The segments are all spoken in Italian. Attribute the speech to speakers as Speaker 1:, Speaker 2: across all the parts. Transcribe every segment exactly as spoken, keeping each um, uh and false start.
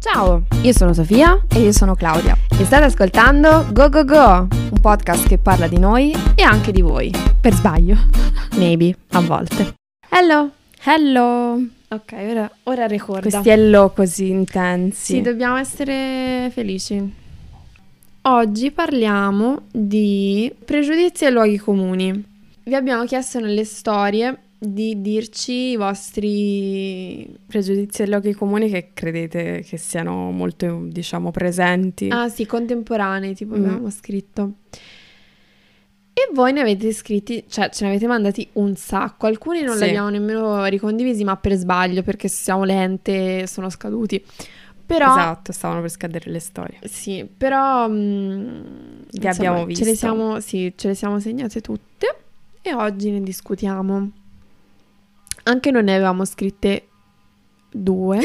Speaker 1: Ciao, io sono Sofia
Speaker 2: e io sono Claudia
Speaker 1: e state ascoltando Go Go Go, un podcast che parla di noi e anche di voi.
Speaker 2: Per sbaglio.
Speaker 1: Maybe, a volte.
Speaker 2: Hello.
Speaker 1: Hello.
Speaker 2: Ok, ora, ora ricorda.
Speaker 1: Questi hello così intensi.
Speaker 2: Sì, dobbiamo essere felici. Oggi parliamo di pregiudizi e luoghi comuni. Vi abbiamo chiesto nelle storie di dirci i vostri
Speaker 1: pregiudizi e luoghi comuni che credete che siano molto, diciamo, presenti.
Speaker 2: Ah sì, contemporanei, tipo mm. abbiamo scritto. E voi ne avete scritti, cioè ce ne avete mandati un sacco. Alcuni non
Speaker 1: sì.
Speaker 2: li abbiamo nemmeno ricondivisi, ma per sbaglio, perché siamo lente, sono scaduti. Però,
Speaker 1: esatto, stavano per scadere le storie.
Speaker 2: Sì, però mh,
Speaker 1: li abbiamo viste.
Speaker 2: Ce le siamo, sì, ce le siamo segnate tutte e oggi ne discutiamo. Anche noi ne avevamo scritte due.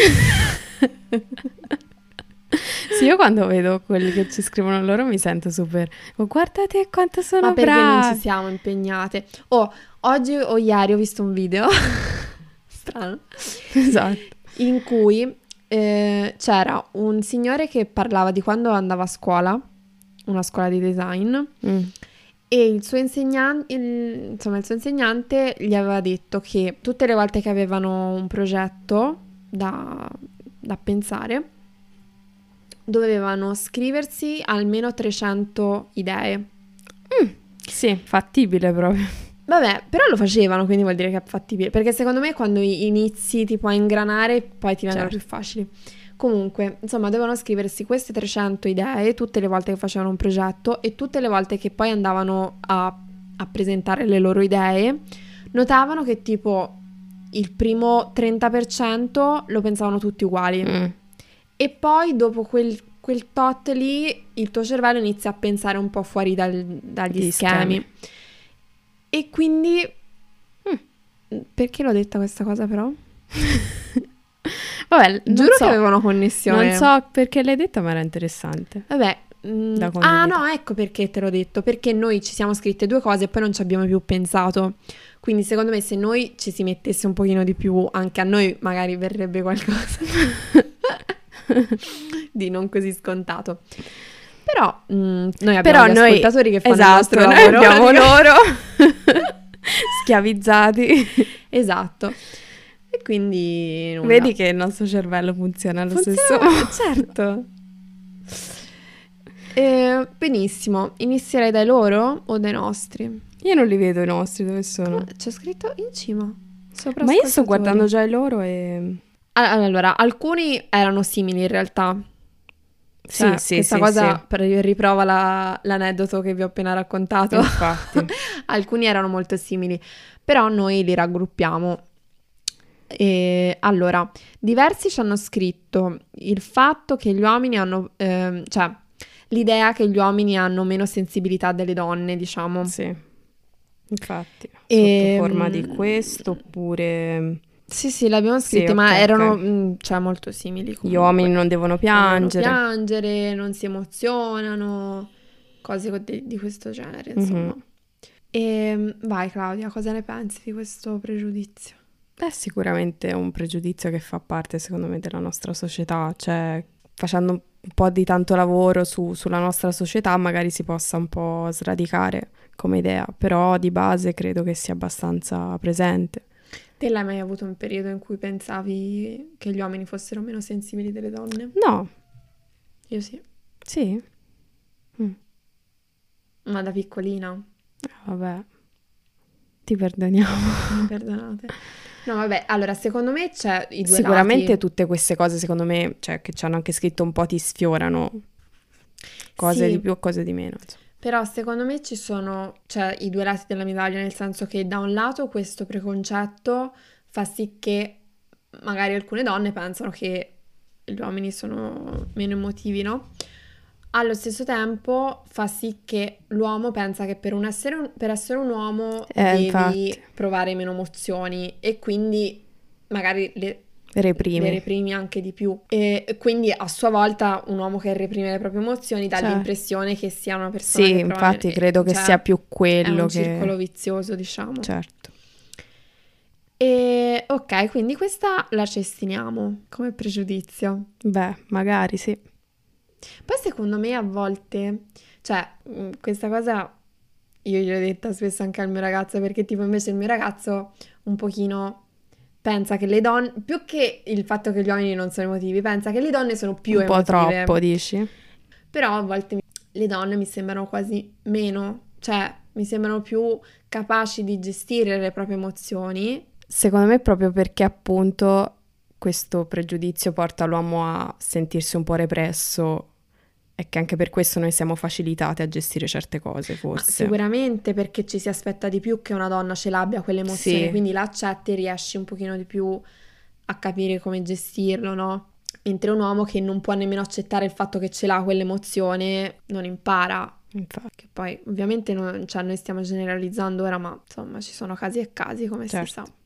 Speaker 1: Sì, io quando vedo quelli che ci scrivono loro mi sento super... Oh, guardate quanto sono
Speaker 2: Ma perché
Speaker 1: bravi.
Speaker 2: non ci siamo impegnate. Oh, oggi o ieri ho visto un video strano.
Speaker 1: Esatto.
Speaker 2: In cui eh, c'era un signore che parlava di quando andava a scuola, una scuola di design, mm. e il suo insegnante, il, insomma, il suo insegnante gli aveva detto che tutte le volte che avevano un progetto da, da pensare, dovevano scriversi almeno trecento idee.
Speaker 1: Mm, sì, fattibile proprio.
Speaker 2: Vabbè, però lo facevano, quindi vuol dire che è fattibile. Perché secondo me quando inizi tipo a ingranare, poi ti vengono
Speaker 1: certo.
Speaker 2: più facili. Comunque, insomma, dovevano scriversi queste trecento idee tutte le volte che facevano un progetto e tutte le volte che poi andavano a, a presentare le loro idee, notavano che tipo il primo trenta per cento lo pensavano tutti uguali.
Speaker 1: Mm.
Speaker 2: E poi dopo quel, quel tot lì il tuo cervello inizia a pensare un po' fuori dal, dagli
Speaker 1: Gli
Speaker 2: schemi.
Speaker 1: schemi.
Speaker 2: E quindi...
Speaker 1: Mm.
Speaker 2: Perché l'ho detta questa cosa però?
Speaker 1: Vabbè,
Speaker 2: giuro
Speaker 1: so,
Speaker 2: che aveva una connessione.
Speaker 1: Non so perché l'hai detta, ma era interessante.
Speaker 2: Vabbè. Mh, ah no, ecco perché te l'ho detto. Perché noi ci siamo scritte due cose e poi non ci abbiamo più pensato. Quindi secondo me se noi ci si mettesse un pochino di più, anche a noi magari verrebbe qualcosa di non così scontato. Però mh, noi abbiamo
Speaker 1: Però
Speaker 2: gli
Speaker 1: noi,
Speaker 2: ascoltatori che fanno
Speaker 1: esatto,
Speaker 2: il nostro
Speaker 1: noi
Speaker 2: lavoro.
Speaker 1: abbiamo loro schiavizzati.
Speaker 2: Esatto. E quindi nulla.
Speaker 1: Vedi che il nostro cervello funziona allo
Speaker 2: funziona,
Speaker 1: stesso modo.
Speaker 2: Certo. Eh, benissimo. Inizierei dai loro o dai nostri?
Speaker 1: Io non li vedo i nostri, dove sono?
Speaker 2: Ah, c'è scritto in cima. Sopra
Speaker 1: Ma io sto guardando già i loro e...
Speaker 2: Allora, alcuni erano simili in realtà. Cioè,
Speaker 1: sì, sì,
Speaker 2: questa
Speaker 1: sì,
Speaker 2: cosa
Speaker 1: sì.
Speaker 2: Per, riprova la, l'aneddoto che vi ho appena raccontato.
Speaker 1: Infatti.
Speaker 2: Alcuni erano molto simili, però noi li raggruppiamo. E, allora, diversi ci hanno scritto il fatto che gli uomini hanno... Ehm, cioè, l'idea che gli uomini hanno meno sensibilità delle donne, diciamo.
Speaker 1: Sì, infatti.
Speaker 2: E,
Speaker 1: sotto forma di questo, oppure...
Speaker 2: Sì, sì, l'abbiamo scritte,
Speaker 1: sì,
Speaker 2: ma
Speaker 1: okay,
Speaker 2: erano
Speaker 1: okay.
Speaker 2: Mh, cioè, molto simili. Comunque.
Speaker 1: Gli uomini non devono piangere.
Speaker 2: Non devono piangere, non si emozionano, cose di, di questo genere, insomma. Mm-hmm. E vai Claudia, cosa ne pensi di questo pregiudizio?
Speaker 1: È sicuramente un pregiudizio che fa parte, secondo me, della nostra società. Cioè, facendo un po' di tanto lavoro su, sulla nostra società, magari si possa un po' sradicare come idea, però di base credo che sia abbastanza presente.
Speaker 2: Te l'hai mai avuto un periodo in cui pensavi che gli uomini fossero meno sensibili delle donne?
Speaker 1: No.
Speaker 2: Io sì.
Speaker 1: Sì?
Speaker 2: Mm. Ma da piccolina?
Speaker 1: Eh, vabbè. Ti perdoniamo.
Speaker 2: Mi perdonate. No, vabbè, allora, secondo me c'è i due
Speaker 1: Sicuramente
Speaker 2: lati.
Speaker 1: Tutte queste cose, secondo me, cioè, che ci hanno anche scritto un po' ti sfiorano. Cose
Speaker 2: sì.
Speaker 1: di più o cose di meno, insomma.
Speaker 2: Però secondo me ci sono, cioè, i due lati della medaglia, nel senso che da un lato questo preconcetto fa sì che magari alcune donne pensano che gli uomini sono meno emotivi, no? Allo stesso tempo fa sì che l'uomo pensa che per, un essere, un, per essere un uomo
Speaker 1: eh,
Speaker 2: devi
Speaker 1: infatti.
Speaker 2: provare meno emozioni e quindi magari le...
Speaker 1: Reprimi.
Speaker 2: le reprimi anche di più e quindi a sua volta un uomo che reprime le proprie emozioni dà cioè. l'impressione che sia una persona
Speaker 1: sì,
Speaker 2: che
Speaker 1: infatti credo che
Speaker 2: cioè,
Speaker 1: sia più quello
Speaker 2: è un
Speaker 1: che...
Speaker 2: circolo vizioso, diciamo.
Speaker 1: Certo.
Speaker 2: E ok, quindi questa la cestiniamo come pregiudizio.
Speaker 1: Beh, magari sì.
Speaker 2: Poi secondo me a volte, cioè, mh, questa cosa io gliel'ho detta spesso anche al mio ragazzo, perché tipo invece il mio ragazzo un pochino pensa che le donne, più che il fatto che gli uomini non sono emotivi, pensa che le donne sono più
Speaker 1: Un po'
Speaker 2: emotive.
Speaker 1: troppo, dici?
Speaker 2: Però a volte mi- le donne mi sembrano quasi meno, cioè mi sembrano più capaci di gestire le proprie emozioni.
Speaker 1: Secondo me proprio perché appunto questo pregiudizio porta l'uomo a sentirsi un po' represso e che anche per questo noi siamo facilitati a gestire certe cose,
Speaker 2: Ma
Speaker 1: forse.
Speaker 2: sicuramente perché ci si aspetta di più che una donna ce l'abbia quell'emozione,
Speaker 1: Sì,
Speaker 2: quindi la accetti e riesci un pochino di più a capire come gestirlo, no? Mentre un uomo che non può nemmeno accettare il fatto che ce l'ha quell'emozione non impara.
Speaker 1: infatti,
Speaker 2: Che poi ovviamente non- cioè, noi stiamo generalizzando ora, ma insomma ci sono casi e casi, come si sa.
Speaker 1: certo.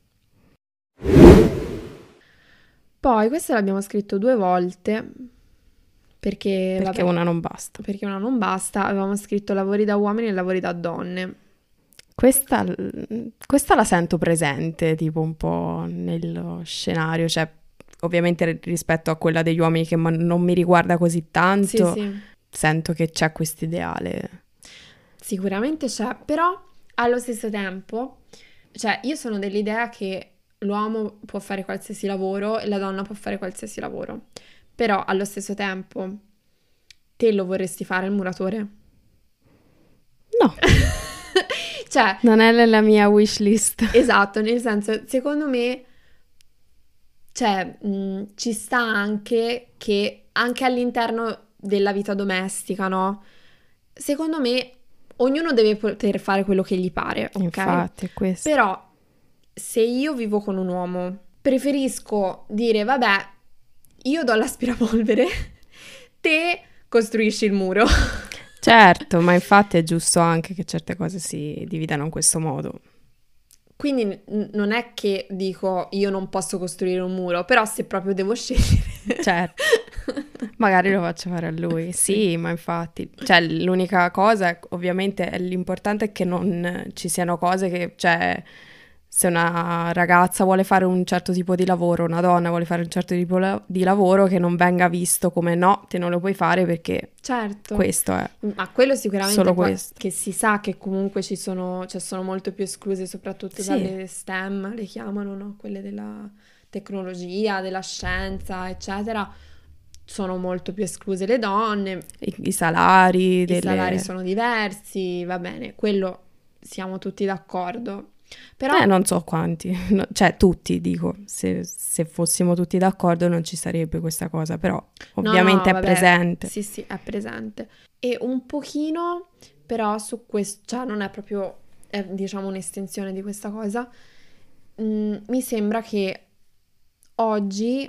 Speaker 2: Poi questo l'abbiamo scritto due volte perché,
Speaker 1: Perché
Speaker 2: vabbè,
Speaker 1: una non basta.
Speaker 2: perché una non basta, avevamo scritto lavori da uomini e lavori da donne.
Speaker 1: Questa, questa la sento presente, tipo un po' nello scenario, cioè ovviamente rispetto a quella degli uomini che ma- non mi riguarda così
Speaker 2: Sì,
Speaker 1: tanto,
Speaker 2: sì,
Speaker 1: sento che c'è questo ideale.
Speaker 2: sicuramente c'è, però allo stesso tempo, cioè io sono dell'idea che l'uomo può fare qualsiasi lavoro e la donna può fare qualsiasi lavoro, però allo stesso tempo te lo vorresti fare il muratore?
Speaker 1: No,
Speaker 2: Cioè,
Speaker 1: non è nella mia wish list.
Speaker 2: esatto, nel senso, secondo me, cioè, mh, ci sta anche che anche all'interno della vita domestica, no? Secondo me, ognuno deve poter fare quello che gli pare, ok?
Speaker 1: Infatti, è questo.
Speaker 2: Però, se io vivo con un uomo, preferisco dire, vabbè, io do l'aspirapolvere, te costruisci il muro.
Speaker 1: Certo, ma infatti è giusto anche che certe cose si dividano in questo modo.
Speaker 2: Quindi n- non è che dico io non posso costruire un muro, però se proprio devo scegliere.
Speaker 1: Certo, magari lo faccio fare a lui. Sì, ma infatti, cioè l'unica cosa, è- ovviamente, è l'importante è che non ci siano cose che, cioè, se una ragazza vuole fare un certo tipo di lavoro, una donna vuole fare un certo tipo la- di lavoro, che non venga visto come no, te non lo puoi fare perché
Speaker 2: Certo,
Speaker 1: questo è,
Speaker 2: ma quello sicuramente
Speaker 1: solo
Speaker 2: poi
Speaker 1: questo.
Speaker 2: che si sa che comunque ci sono, cioè sono molto più escluse, soprattutto
Speaker 1: Sì,
Speaker 2: dalle STEM, le chiamano, no? Quelle della tecnologia, della scienza, eccetera. Sono molto più escluse le donne,
Speaker 1: i, i salari,
Speaker 2: i salari
Speaker 1: delle...
Speaker 2: sono diversi, va bene, quello siamo tutti d'accordo. Però
Speaker 1: Eh, non so quanti, no, cioè tutti, dico, se, se fossimo tutti d'accordo non ci sarebbe questa cosa, però
Speaker 2: no,
Speaker 1: ovviamente
Speaker 2: no,
Speaker 1: è
Speaker 2: vabbè,
Speaker 1: presente.
Speaker 2: sì, sì, è presente. E un pochino, però, su questo, cioè non è proprio, è, diciamo, un'estensione di questa cosa. Mm, mi sembra che oggi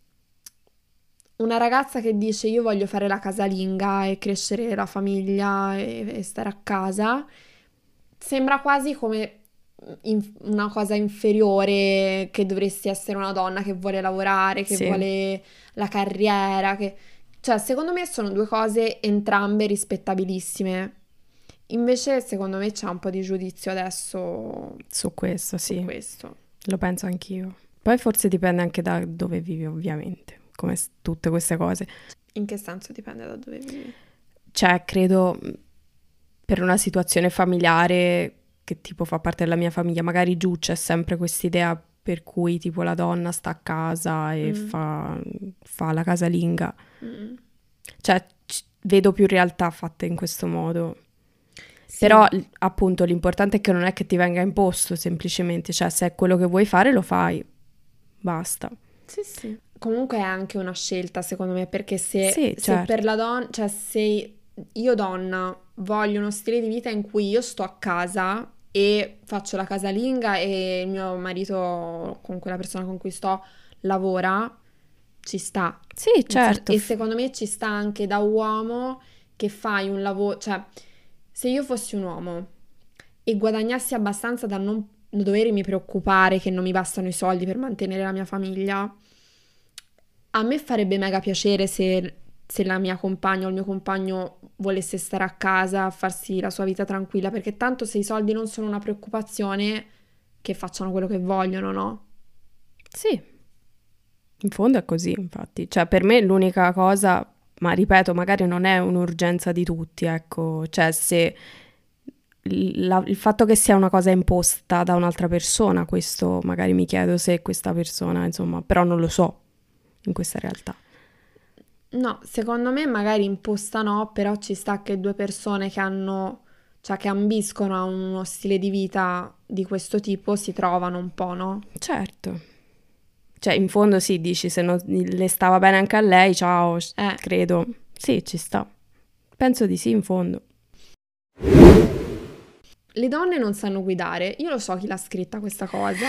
Speaker 2: una ragazza che dice io voglio fare la casalinga e crescere la famiglia e, e stare a casa, sembra quasi come in- una cosa inferiore che dovresti essere una donna che vuole lavorare, che
Speaker 1: Sì,
Speaker 2: vuole la carriera, che... Cioè, secondo me sono due cose entrambe rispettabilissime. Invece, secondo me c'è un po' di giudizio adesso
Speaker 1: su questo,
Speaker 2: su
Speaker 1: sì,
Speaker 2: questo.
Speaker 1: lo penso anch'io. Poi forse dipende anche da dove vivi, ovviamente, come s- tutte queste cose.
Speaker 2: In che senso dipende da dove vivi?
Speaker 1: Cioè, credo mh, per una situazione familiare che tipo fa parte della mia famiglia, magari giù c'è sempre quest'idea per cui tipo la donna sta a casa e
Speaker 2: Mm,
Speaker 1: fa, fa la casalinga.
Speaker 2: mm.
Speaker 1: Cioè, c- vedo più realtà fatte in questo modo. Però,
Speaker 2: Sì,
Speaker 1: l- appunto, l'importante è che non è che ti venga imposto semplicemente, cioè se è quello che vuoi fare lo fai, basta.
Speaker 2: sì, sì. Comunque è anche una scelta, secondo me, perché se,
Speaker 1: Sì,
Speaker 2: se per
Speaker 1: certo,
Speaker 2: la donna, cioè se io donna voglio uno stile di vita in cui io sto a casa e faccio la casalinga e il mio marito, con quella persona con cui sto, lavora, ci sta.
Speaker 1: sì,
Speaker 2: Nel sen-
Speaker 1: certo,
Speaker 2: E
Speaker 1: f-
Speaker 2: secondo me ci sta anche da uomo che fai un lavoro, cioè se io fossi un uomo e guadagnassi abbastanza da non dovermi preoccupare che non mi bastano i soldi per mantenere la mia famiglia, a me farebbe mega piacere se, se la mia compagna o il mio compagno volesse stare a casa, farsi la sua vita tranquilla, perché tanto se i soldi non sono una preoccupazione, che facciano quello che vogliono, no?
Speaker 1: Sì, in fondo è così, infatti. Cioè, per me l'unica cosa, ma ripeto, magari non è un'urgenza di tutti, ecco. Cioè, se la- il fatto che sia una cosa imposta da un'altra persona, questo magari mi chiedo se questa persona, insomma, però non lo so in questa realtà.
Speaker 2: No, secondo me magari imposta no, però ci sta che due persone che hanno, cioè che ambiscono a uno stile di vita di questo tipo si trovano un po', no?
Speaker 1: Certo. Cioè, in fondo sì, dici, se non le stava bene anche a lei, ciao,
Speaker 2: Eh.
Speaker 1: credo. Sì, ci sta. Penso di sì, in fondo.
Speaker 2: Le donne non sanno guidare. Io lo so chi l'ha scritta questa cosa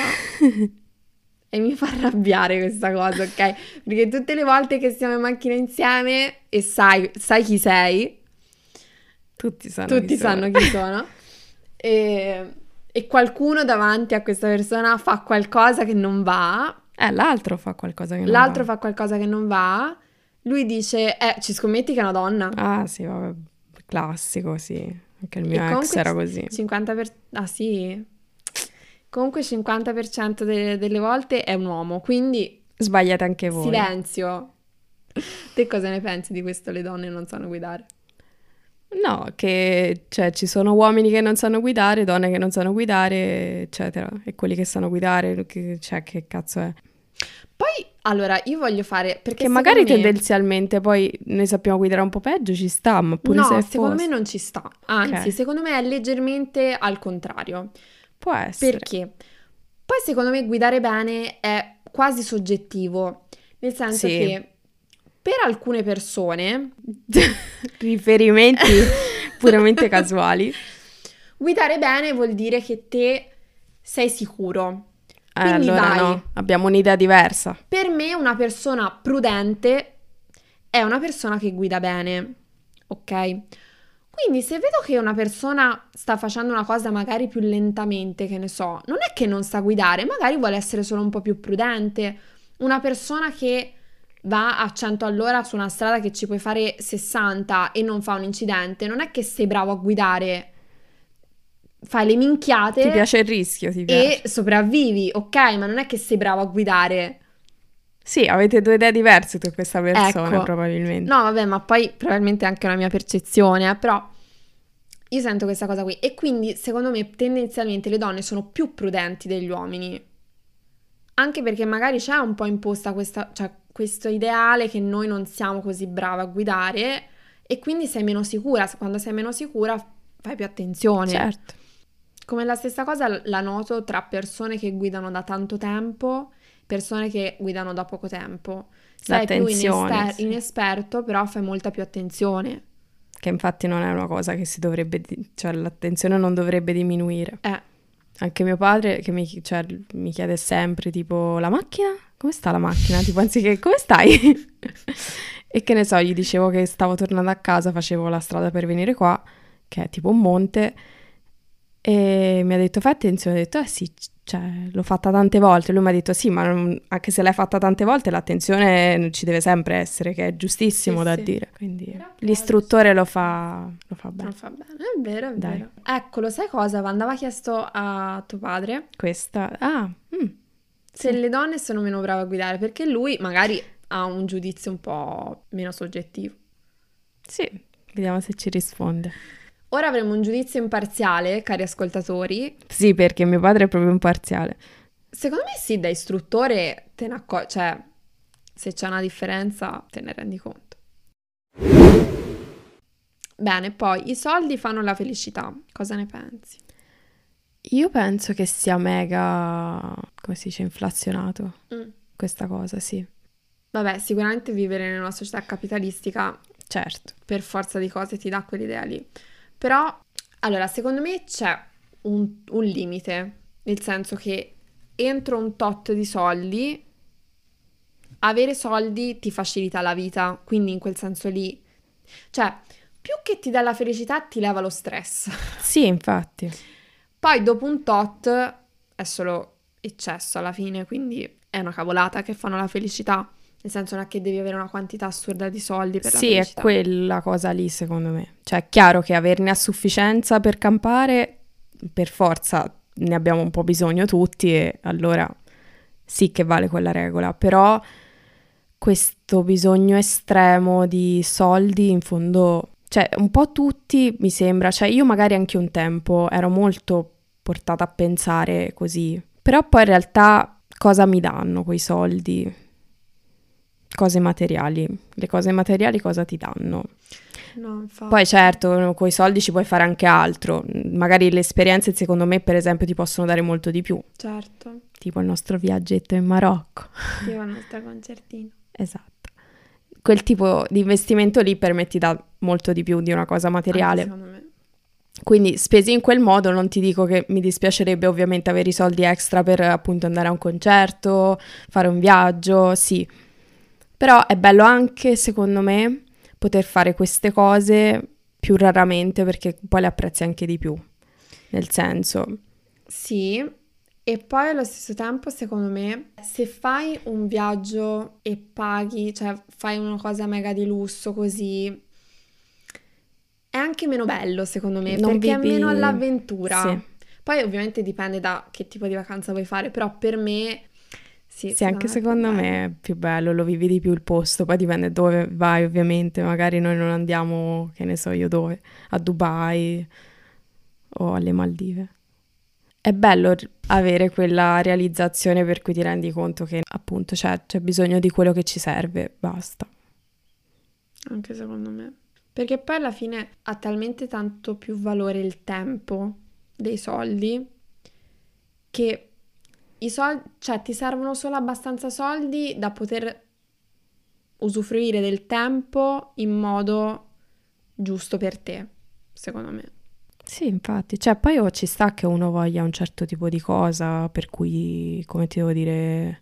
Speaker 2: e mi fa arrabbiare questa cosa, ok? Perché tutte le volte che siamo in macchina insieme e sai, sai chi sei,
Speaker 1: Tutti sanno
Speaker 2: tutti
Speaker 1: chi sono.
Speaker 2: sanno chi sono, e, e qualcuno davanti a questa persona fa qualcosa che non va,
Speaker 1: Eh, l'altro fa qualcosa che non
Speaker 2: l'altro
Speaker 1: va.
Speaker 2: fa qualcosa che non va, lui dice, eh, ci scommetti che è una donna?
Speaker 1: Ah, sì, vabbè, classico, sì. Anche il mio
Speaker 2: E
Speaker 1: ex
Speaker 2: comunque
Speaker 1: era
Speaker 2: c-
Speaker 1: così.
Speaker 2: cinquanta per... Ah sì? Comunque cinquanta per cento de- delle volte è un uomo, quindi
Speaker 1: Sbagliate anche voi.
Speaker 2: silenzio. Te cosa ne pensi di questo? Le donne non sanno guidare.
Speaker 1: No, che cioè, ci sono uomini che non sanno guidare, donne che non sanno guidare, eccetera. E quelli che sanno guidare, che, cioè, che cazzo è?
Speaker 2: Poi, allora, io voglio fare... Perché
Speaker 1: Che magari
Speaker 2: secondo me...
Speaker 1: tendenzialmente poi noi sappiamo guidare un po' peggio, ci sta, ma pure
Speaker 2: No,
Speaker 1: se
Speaker 2: secondo me
Speaker 1: fosse.
Speaker 2: non ci sta. Anzi,
Speaker 1: Ok,
Speaker 2: secondo me è leggermente al contrario.
Speaker 1: può essere.
Speaker 2: Perché? Poi secondo me guidare bene è quasi soggettivo, nel senso
Speaker 1: Sì.
Speaker 2: che per alcune persone
Speaker 1: Riferimenti puramente casuali.
Speaker 2: guidare bene vuol dire che te sei sicuro.
Speaker 1: Eh,
Speaker 2: Quindi
Speaker 1: allora
Speaker 2: vai.
Speaker 1: no, abbiamo un'idea diversa.
Speaker 2: Per me una persona prudente è una persona che guida bene, ok? Quindi se vedo che una persona sta facendo una cosa magari più lentamente, che ne so, non è che non sa guidare, magari vuole essere solo un po' più prudente. Una persona che va a cento all'ora su una strada che ci puoi fare sessanta e non fa un incidente, non è che sei bravo a guidare, fai le minchiate
Speaker 1: Ti piace il rischio, ti piace.
Speaker 2: e sopravvivi, ok? Ma non è che sei bravo a guidare.
Speaker 1: Sì, avete due idee diverse tu e questa persona,
Speaker 2: Ecco.
Speaker 1: probabilmente.
Speaker 2: No, vabbè, ma poi probabilmente è anche una mia percezione, eh, però io sento questa cosa qui. E quindi, secondo me, tendenzialmente le donne sono più prudenti degli uomini. Anche perché magari c'è un po' imposta questa, cioè, questo ideale che noi non siamo così brave a guidare e quindi sei meno sicura. Quando sei meno sicura fai più attenzione.
Speaker 1: Certo.
Speaker 2: Come la stessa cosa la noto tra persone che guidano da tanto tempo, persone che guidano da poco tempo. Sei più
Speaker 1: L'attenzione,
Speaker 2: inester-
Speaker 1: sì.
Speaker 2: inesperto, però fai molta più attenzione.
Speaker 1: Che infatti non è una cosa che si dovrebbe, di- cioè l'attenzione non dovrebbe diminuire.
Speaker 2: Eh,
Speaker 1: Anche mio padre che mi, cioè, mi chiede sempre tipo la macchina? Come sta la macchina? Tipo anziché come stai? E che ne so, gli dicevo che stavo tornando a casa, facevo la strada per venire qua, che è tipo un monte, e mi ha detto fai attenzione, ho detto eh sì, c- cioè l'ho fatta tante volte, lui mi ha detto sì, ma non- anche se l'hai fatta tante volte l'attenzione ci deve sempre essere, che è giustissimo
Speaker 2: Sì,
Speaker 1: da
Speaker 2: sì.
Speaker 1: dire, quindi
Speaker 2: Però poi
Speaker 1: l'istruttore lo fa, lo fa
Speaker 2: non
Speaker 1: bene.
Speaker 2: fa bene. È vero, è
Speaker 1: Dai.
Speaker 2: vero. Ecco, lo sai cosa? Andava chiesto a tuo padre
Speaker 1: Questa, ah, mm,
Speaker 2: se
Speaker 1: sì.
Speaker 2: le donne sono meno brave a guidare, perché lui magari ha un giudizio un po' meno soggettivo.
Speaker 1: Sì, vediamo se ci risponde.
Speaker 2: Ora avremo un giudizio imparziale, cari ascoltatori.
Speaker 1: Sì, perché mio padre è proprio imparziale.
Speaker 2: Secondo me sì, da istruttore te ne accorgi, cioè se c'è una differenza te ne rendi conto. Bene, poi i soldi fanno la felicità. Cosa ne pensi?
Speaker 1: Io penso che sia mega, come si dice, inflazionato
Speaker 2: Mm.
Speaker 1: questa cosa, sì.
Speaker 2: Vabbè, sicuramente vivere in una società capitalistica
Speaker 1: Certo.
Speaker 2: per forza di cose ti dà quell'idea lì. Però, allora, secondo me c'è un, un limite, nel senso che entro un tot di soldi, avere soldi ti facilita la vita, quindi in quel senso lì, cioè, più che ti dà la felicità, ti leva lo stress.
Speaker 1: Sì, infatti.
Speaker 2: Poi dopo un tot è solo eccesso alla fine, quindi è una cavolata che fanno la felicità. Nel senso non è che devi avere una quantità assurda di soldi per la
Speaker 1: Sì, è
Speaker 2: felicità.
Speaker 1: quella cosa lì, secondo me. Cioè, è chiaro che averne a sufficienza per campare, per forza, ne abbiamo un po' bisogno tutti e allora sì che vale quella regola, però questo bisogno estremo di soldi in fondo, cioè un po' tutti mi sembra, cioè io magari anche un tempo ero molto portata a pensare così, però poi in realtà cosa mi danno quei soldi? Cose materiali, le cose materiali cosa ti danno?
Speaker 2: No, infatti.
Speaker 1: Poi certo, con i soldi ci puoi fare anche altro, magari le esperienze secondo me per esempio ti possono dare molto di più,
Speaker 2: Certo,
Speaker 1: tipo il nostro viaggetto in Marocco.
Speaker 2: tipo il nostro concertino.
Speaker 1: Esatto. Quel tipo di investimento lì per me ti dà molto di più di una cosa
Speaker 2: Anche
Speaker 1: materiale.
Speaker 2: secondo me.
Speaker 1: Quindi spesi in quel modo non ti dico che mi dispiacerebbe ovviamente avere i soldi extra per appunto andare a un concerto, fare un viaggio, sì. Però è bello anche, secondo me, poter fare queste cose più raramente perché poi le apprezzi anche di più. Nel senso,
Speaker 2: Sì, e poi allo stesso tempo, secondo me, se fai un viaggio e paghi, cioè fai una cosa mega di lusso così, è anche meno bello, secondo me,
Speaker 1: non
Speaker 2: perché è meno
Speaker 1: vivi...
Speaker 2: all'avventura.
Speaker 1: Sì.
Speaker 2: Poi ovviamente dipende da che tipo di vacanza vuoi fare, però per me sì,
Speaker 1: Sì, anche
Speaker 2: è più
Speaker 1: secondo
Speaker 2: bello.
Speaker 1: me è più bello, lo vivi di più il posto, poi dipende dove vai ovviamente, magari noi non andiamo, che ne so io dove, a Dubai o alle Maldive. È bello r- avere quella realizzazione per cui ti rendi conto che appunto c'è, c'è bisogno di quello che ci serve, basta.
Speaker 2: Anche secondo me. Perché poi alla fine ha talmente tanto più valore il tempo dei soldi che i soldi, cioè ti servono solo abbastanza soldi da poter usufruire del tempo in modo giusto per te, secondo me.
Speaker 1: Sì, infatti, cioè poi oh, ci sta che uno voglia un certo tipo di cosa, per cui, come ti devo dire,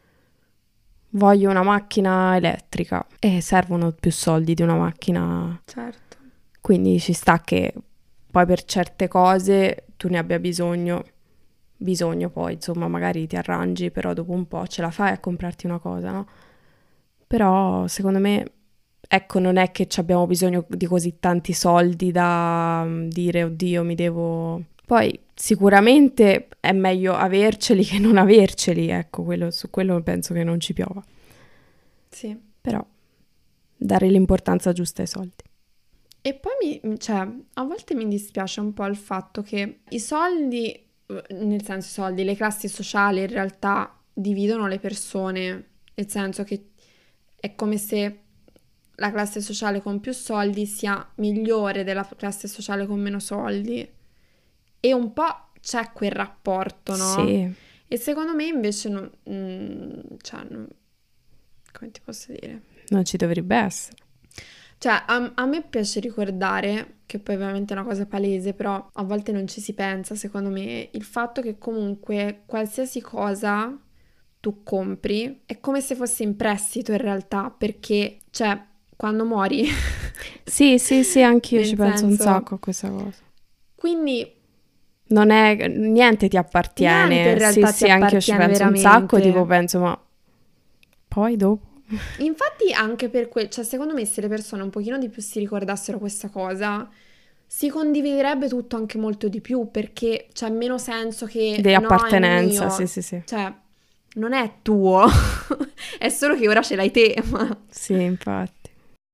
Speaker 1: voglio una macchina elettrica e servono più soldi di una macchina.
Speaker 2: Certo.
Speaker 1: Quindi ci sta che poi per certe cose tu ne abbia bisogno, bisogno poi, insomma, magari ti arrangi, però dopo un po' ce la fai a comprarti una cosa, no? Però secondo me, ecco, non è che ci abbiamo bisogno di così tanti soldi da mm, dire, oddio, mi devo... Poi sicuramente è meglio averceli che non averceli, ecco, quello, su quello penso che non ci piova.
Speaker 2: Sì.
Speaker 1: Però dare l'importanza giusta ai soldi.
Speaker 2: E poi mi, cioè, a volte mi dispiace un po' il fatto che i soldi, eh, nel senso i soldi, le classi sociali in realtà dividono le persone, nel senso che è come se la classe sociale con più soldi sia migliore della classe sociale con meno soldi. E un po' c'è quel rapporto, no?
Speaker 1: Sì,
Speaker 2: E secondo me invece non, mm, cioè, non- come ti posso dire?
Speaker 1: non ci dovrebbe essere.
Speaker 2: Cioè, a, a me piace ricordare, che poi ovviamente è una cosa palese, però a volte non ci si pensa, secondo me, il fatto che comunque qualsiasi cosa tu compri è come se fosse in prestito in realtà, perché, cioè, quando muori,
Speaker 1: Sì, sì, sì, anch'io
Speaker 2: nel
Speaker 1: ci penso un
Speaker 2: senso,
Speaker 1: sacco a questa cosa.
Speaker 2: quindi
Speaker 1: Non è, niente ti appartiene.
Speaker 2: niente in
Speaker 1: Sì,
Speaker 2: realtà ti
Speaker 1: sì, anch'io ci
Speaker 2: appartiene
Speaker 1: penso un sacco,
Speaker 2: veramente.
Speaker 1: tipo penso, ma poi dopo?
Speaker 2: Infatti anche per quel, cioè secondo me se le persone un pochino di più si ricordassero questa cosa, si condividerebbe tutto anche molto di più perché c'è meno senso che
Speaker 1: Di
Speaker 2: no, è
Speaker 1: appartenenza, sì,
Speaker 2: mio,
Speaker 1: sì, sì.
Speaker 2: cioè non è tuo, è solo che ora ce l'hai te, ma
Speaker 1: Sì, infatti.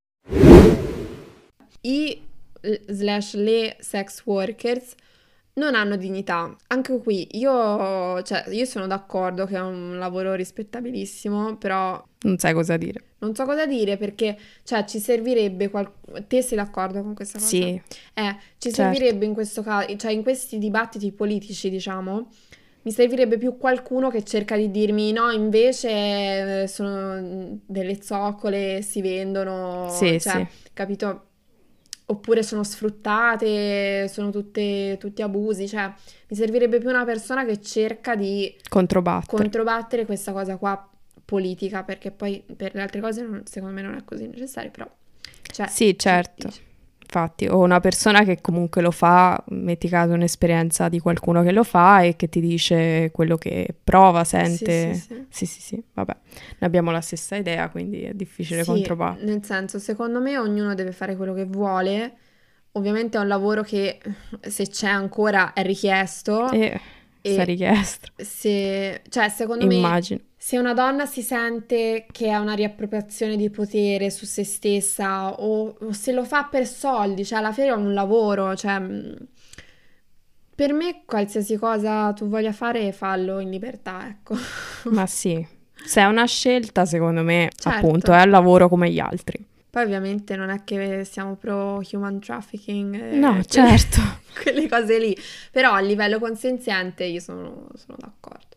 Speaker 2: i eh, slash le sex workers non hanno dignità. Anche qui io, cioè, io sono d'accordo che è un lavoro rispettabilissimo, però
Speaker 1: Non sai cosa dire.
Speaker 2: non so cosa dire perché, cioè, ci servirebbe qual- te sei d'accordo con questa cosa?
Speaker 1: Sì,
Speaker 2: Eh, ci
Speaker 1: certo.
Speaker 2: servirebbe in questo caso, cioè in questi dibattiti politici, diciamo, mi servirebbe più qualcuno che cerca di dirmi no, invece eh, sono delle zoccole, si vendono,
Speaker 1: Sì,
Speaker 2: cioè,
Speaker 1: sì.
Speaker 2: capito? Oppure sono sfruttate, sono tutte, tutti abusi, cioè mi servirebbe più una persona che cerca di
Speaker 1: Controbattere.
Speaker 2: controbattere questa cosa qua politica, perché poi per le altre cose non- secondo me non è così necessario, però cioè,
Speaker 1: Sì,
Speaker 2: chi
Speaker 1: certo.
Speaker 2: dice?
Speaker 1: Infatti, o una persona che comunque lo fa, metti caso un'esperienza di qualcuno che lo fa e che ti dice quello che prova,
Speaker 2: Sì, sì,
Speaker 1: sente.
Speaker 2: sì.
Speaker 1: Sì, sì, sì, vabbè. Ne abbiamo la stessa idea, quindi è difficile
Speaker 2: Sì,
Speaker 1: controbattere.
Speaker 2: nel senso, secondo me ognuno deve fare quello che vuole. Ovviamente è un lavoro che se c'è ancora è richiesto.
Speaker 1: E questa
Speaker 2: E
Speaker 1: richiesta,
Speaker 2: se, cioè, secondo me,
Speaker 1: immagino.
Speaker 2: se una donna si sente che ha una riappropriazione di potere su se stessa o, o se lo fa per soldi, cioè alla fine è un lavoro, cioè mh, per me qualsiasi cosa tu voglia fare, fallo in libertà, ecco.
Speaker 1: Ma sì, se è una scelta, secondo me, appunto,
Speaker 2: Certo.
Speaker 1: è un lavoro come gli altri.
Speaker 2: Poi ovviamente non è che siamo pro human trafficking
Speaker 1: No,
Speaker 2: e quelle,
Speaker 1: certo.
Speaker 2: quelle cose lì, però a livello consenziente io sono, sono d'accordo.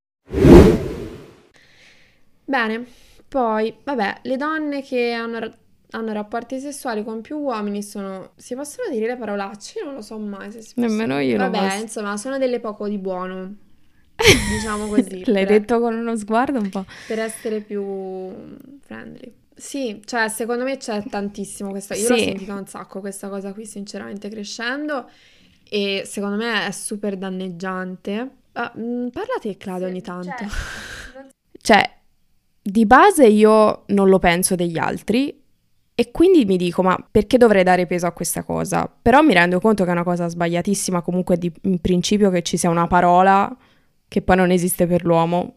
Speaker 2: Bene, poi, vabbè, le donne che hanno, ra- hanno rapporti sessuali con più uomini sono... Si possono dire le parolacce? Io non lo so mai se si possono
Speaker 1: Nemmeno
Speaker 2: dire.
Speaker 1: io lo
Speaker 2: Vabbè,
Speaker 1: posso.
Speaker 2: insomma, sono delle poco di buono, diciamo così,
Speaker 1: L'hai
Speaker 2: per,
Speaker 1: detto con uno sguardo un po'.
Speaker 2: per essere più friendly. Sì, cioè, secondo me c'è tantissimo questa... Io l'ho
Speaker 1: Sì,
Speaker 2: sentita un sacco questa cosa qui, sinceramente, crescendo, e secondo me è super danneggiante. Ah, mm, parla te, Claudia, ogni tanto.
Speaker 1: cioè, di base io non lo penso degli altri e quindi mi dico, ma perché dovrei dare peso a questa cosa? Però mi rendo conto che è una cosa sbagliatissima comunque di, in principio che ci sia una parola che poi non esiste per l'uomo,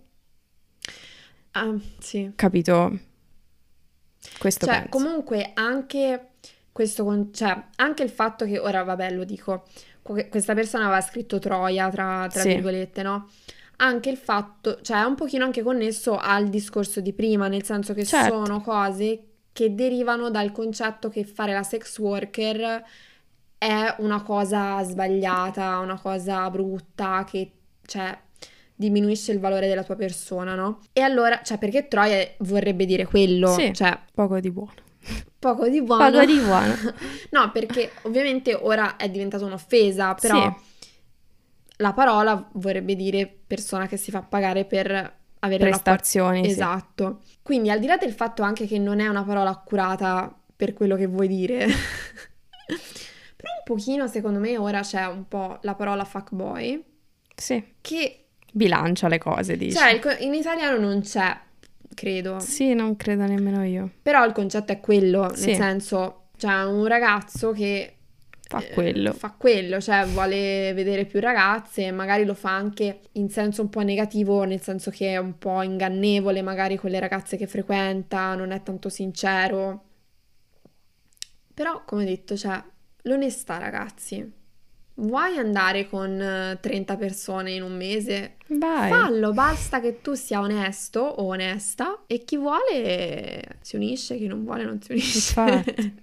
Speaker 2: Ah, sì.
Speaker 1: capito? Questo
Speaker 2: Cioè,
Speaker 1: penso.
Speaker 2: comunque anche questo, con- cioè, anche il fatto che, ora vabbè, lo dico, que- questa persona aveva scritto Troia, tra, tra
Speaker 1: Sì,
Speaker 2: virgolette, no? Anche il fatto, cioè, è un pochino anche connesso al discorso di prima, nel senso che
Speaker 1: certo.
Speaker 2: sono cose che derivano dal concetto che fare la sex worker è una cosa sbagliata, una cosa brutta, che, cioè, diminuisce il valore della tua persona, no? E allora, cioè, perché Troia vorrebbe dire quello,
Speaker 1: Sì,
Speaker 2: cioè,
Speaker 1: poco di buono.
Speaker 2: poco di buono.
Speaker 1: Poco di buono.
Speaker 2: No, perché ovviamente ora è diventata un'offesa,
Speaker 1: Sì,
Speaker 2: però la parola vorrebbe dire persona che si fa pagare per avere rapporti.
Speaker 1: prestazioni, sì.
Speaker 2: Esatto. Quindi al di là del fatto anche che non è una parola accurata per quello che vuoi dire, però un pochino secondo me ora c'è un po' la parola fuckboy
Speaker 1: Sì,
Speaker 2: che
Speaker 1: bilancia le cose, dici.
Speaker 2: cioè il co- in italiano non c'è, credo.
Speaker 1: Sì, non credo nemmeno io.
Speaker 2: Però il concetto è quello, nel
Speaker 1: Sì,
Speaker 2: senso, c'è un ragazzo che
Speaker 1: fa
Speaker 2: eh,
Speaker 1: quello.
Speaker 2: fa quello, cioè vuole vedere più ragazze, magari lo fa anche in senso un po' negativo, nel senso che è un po' ingannevole magari con le ragazze che frequenta, non è tanto sincero. Però, come detto, cioè, l'onestà, ragazzi. Vuoi andare con eh, trenta persone in un mese?
Speaker 1: Vai,
Speaker 2: Fallo, basta che tu sia onesto o onesta e chi vuole si unisce, chi non vuole non si unisce.
Speaker 1: infatti.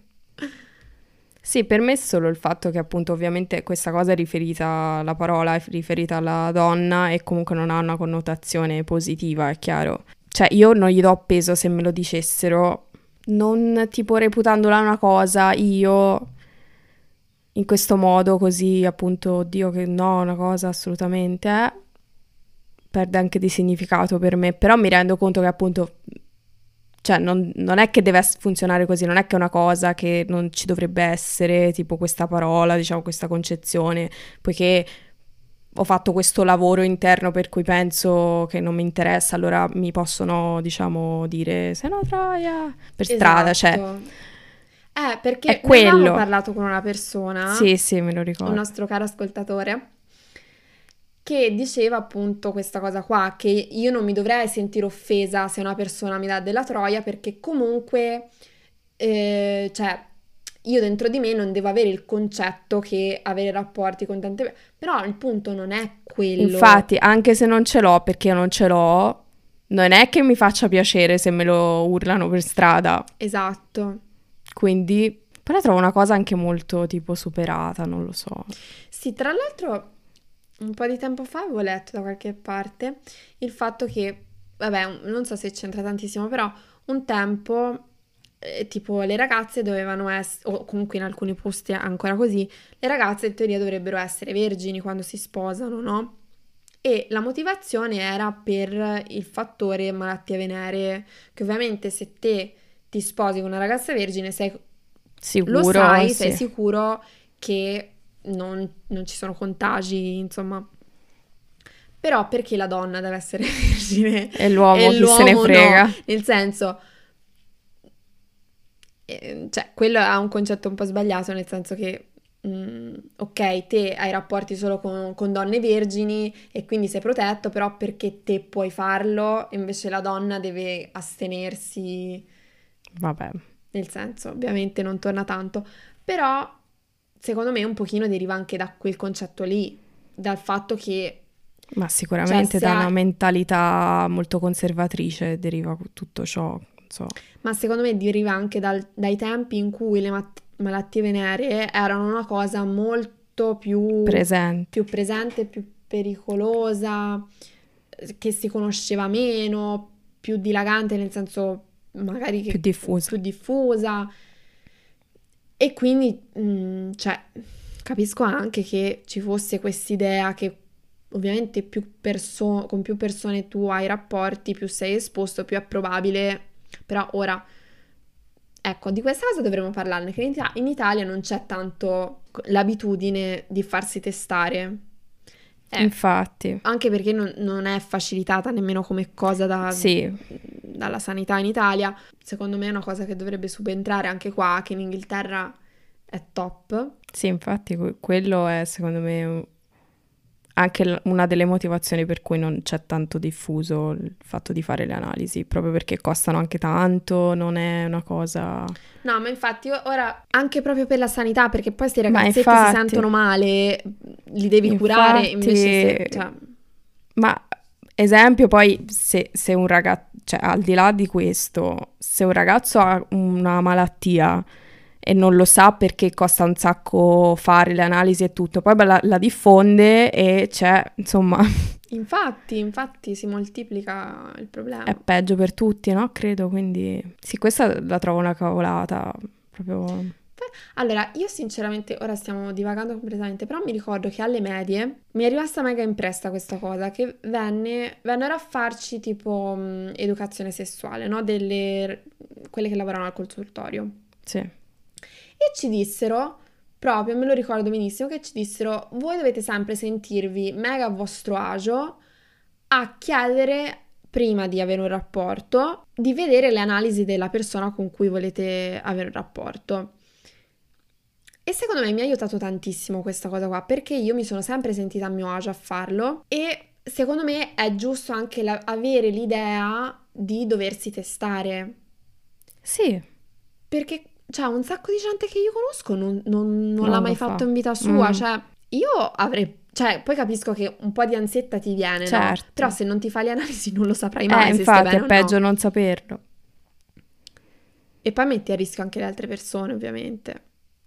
Speaker 1: Sì, per me è solo il fatto che appunto ovviamente questa cosa è riferita, la parola è riferita alla donna e comunque non ha una connotazione positiva, è chiaro. Cioè io non gli do peso se me lo dicessero, non tipo reputandola una cosa, io in questo modo così appunto, oddio che no, una cosa assolutamente, eh, perde anche di significato per me, però mi rendo conto che appunto, cioè non, non è che deve ess- funzionare così, non è che è una cosa che non ci dovrebbe essere, tipo questa parola, diciamo questa concezione, poiché ho fatto questo lavoro interno per cui penso che non mi interessa, allora mi possono, diciamo, dire sei una troia per strada, cioè
Speaker 2: Esatto. Eh, perché
Speaker 1: è
Speaker 2: ne avevamo
Speaker 1: quello.
Speaker 2: parlato con una persona,
Speaker 1: Sì, sì, me lo
Speaker 2: un
Speaker 1: ricordo.
Speaker 2: nostro caro ascoltatore, che diceva appunto questa cosa qua, che io non mi dovrei sentire offesa se una persona mi dà della troia, perché comunque, eh, cioè, io dentro di me non devo avere il concetto che avere rapporti con tante persone, però il punto non è quello.
Speaker 1: Infatti, anche se non ce l'ho, perché io non ce l'ho, non è che mi faccia piacere se me lo urlano per strada.
Speaker 2: Esatto.
Speaker 1: Quindi, poi la trovo una cosa anche molto tipo superata, non lo so.
Speaker 2: Sì, tra l'altro un po' di tempo fa avevo letto da qualche parte il fatto che, vabbè, un- non so se c'entra tantissimo, però un tempo, eh, tipo, le ragazze dovevano essere, o comunque in alcuni posti è ancora così, le ragazze in teoria dovrebbero essere vergini quando si sposano, no? E la motivazione era per il fattore malattie venere, che ovviamente se te ti sposi con una ragazza vergine sei lo
Speaker 1: Sicuro,
Speaker 2: sai, sei
Speaker 1: sì.
Speaker 2: sicuro che non, non ci sono contagi, insomma. Però perché la donna deve essere vergine
Speaker 1: E l'uomo
Speaker 2: e
Speaker 1: chi se ne
Speaker 2: l'uomo no?
Speaker 1: frega.
Speaker 2: Nel senso, eh, cioè, quello è un concetto un po' sbagliato, nel senso che mm, ok, te hai rapporti solo con, con donne vergini e quindi sei protetto, però perché te puoi farlo, invece la donna deve astenersi,
Speaker 1: Vabbè,
Speaker 2: nel senso, ovviamente non torna tanto, però secondo me un pochino deriva anche da quel concetto lì, dal fatto che,
Speaker 1: ma
Speaker 2: cioè,
Speaker 1: sicuramente
Speaker 2: se
Speaker 1: da una
Speaker 2: hai,
Speaker 1: mentalità molto conservatrice deriva tutto ciò, non so,
Speaker 2: ma secondo me deriva anche dal- dai tempi in cui le mat- malattie veneree erano una cosa molto più,
Speaker 1: presente,
Speaker 2: più presente, più pericolosa, eh, che si conosceva meno, più dilagante, nel senso magari
Speaker 1: più
Speaker 2: che
Speaker 1: diffusa.
Speaker 2: più diffusa. E quindi, mm, cioè, capisco anche che ci fosse quest'idea che ovviamente più perso- con più persone tu hai rapporti, più sei esposto, più è probabile. Però ora, ecco, di questa cosa dovremmo parlarne, che in, Ita- in Italia non c'è tanto l'abitudine di farsi testare. Eh,
Speaker 1: Infatti,
Speaker 2: anche perché non, non è facilitata nemmeno come cosa da-
Speaker 1: sì,
Speaker 2: dalla sanità in Italia. Secondo me è una cosa che dovrebbe subentrare anche qua, che in Inghilterra è top.
Speaker 1: sì, infatti que- quello è secondo me un- anche l- una delle motivazioni per cui non c'è tanto diffuso il fatto di fare le analisi, proprio perché costano anche tanto, non è una cosa...
Speaker 2: No, ma infatti o- ora, anche proprio per la sanità, perché poi questi
Speaker 1: Ma
Speaker 2: ragazzetti si
Speaker 1: infatti,
Speaker 2: sentono male, li devi curare, invece
Speaker 1: infatti,
Speaker 2: se... Cioè,
Speaker 1: ma esempio poi se, se un ragazzo, cioè al di là di questo, se un ragazzo ha una malattia e non lo sa perché costa un sacco fare le analisi e tutto, poi la, la diffonde e c'è, insomma,
Speaker 2: infatti, infatti si moltiplica il problema.
Speaker 1: è peggio per tutti, no? Credo, quindi sì, questa la trovo una cavolata, proprio...
Speaker 2: Allora, io sinceramente, ora stiamo divagando completamente, però mi ricordo che alle medie mi è rimasta mega impressa questa cosa, che venne, vennero a farci tipo mh, educazione sessuale, no? Delle, quelle che lavorano al consultorio.
Speaker 1: Sì,
Speaker 2: E ci dissero, proprio, me lo ricordo benissimo, che ci dissero, voi dovete sempre sentirvi mega a vostro agio a chiedere, prima di avere un rapporto, di vedere le analisi della persona con cui volete avere un rapporto. E secondo me mi ha aiutato tantissimo questa cosa qua, perché io mi sono sempre sentita a mio agio a farlo e secondo me è giusto anche la- avere l'idea di doversi testare,
Speaker 1: sì,
Speaker 2: perché c'è un sacco di gente che io conosco non, non- non l'ha
Speaker 1: non lo
Speaker 2: mai fatto
Speaker 1: fa.
Speaker 2: in vita sua,
Speaker 1: Mm,
Speaker 2: cioè io avrei, cioè poi capisco che un po' di ansietta ti viene, no? Però
Speaker 1: certo.
Speaker 2: se non ti fai le analisi non lo saprai
Speaker 1: Eh,
Speaker 2: mai se stai
Speaker 1: infatti
Speaker 2: bene
Speaker 1: è
Speaker 2: o
Speaker 1: peggio
Speaker 2: no.
Speaker 1: non saperlo.
Speaker 2: E poi metti a rischio anche le altre persone, ovviamente.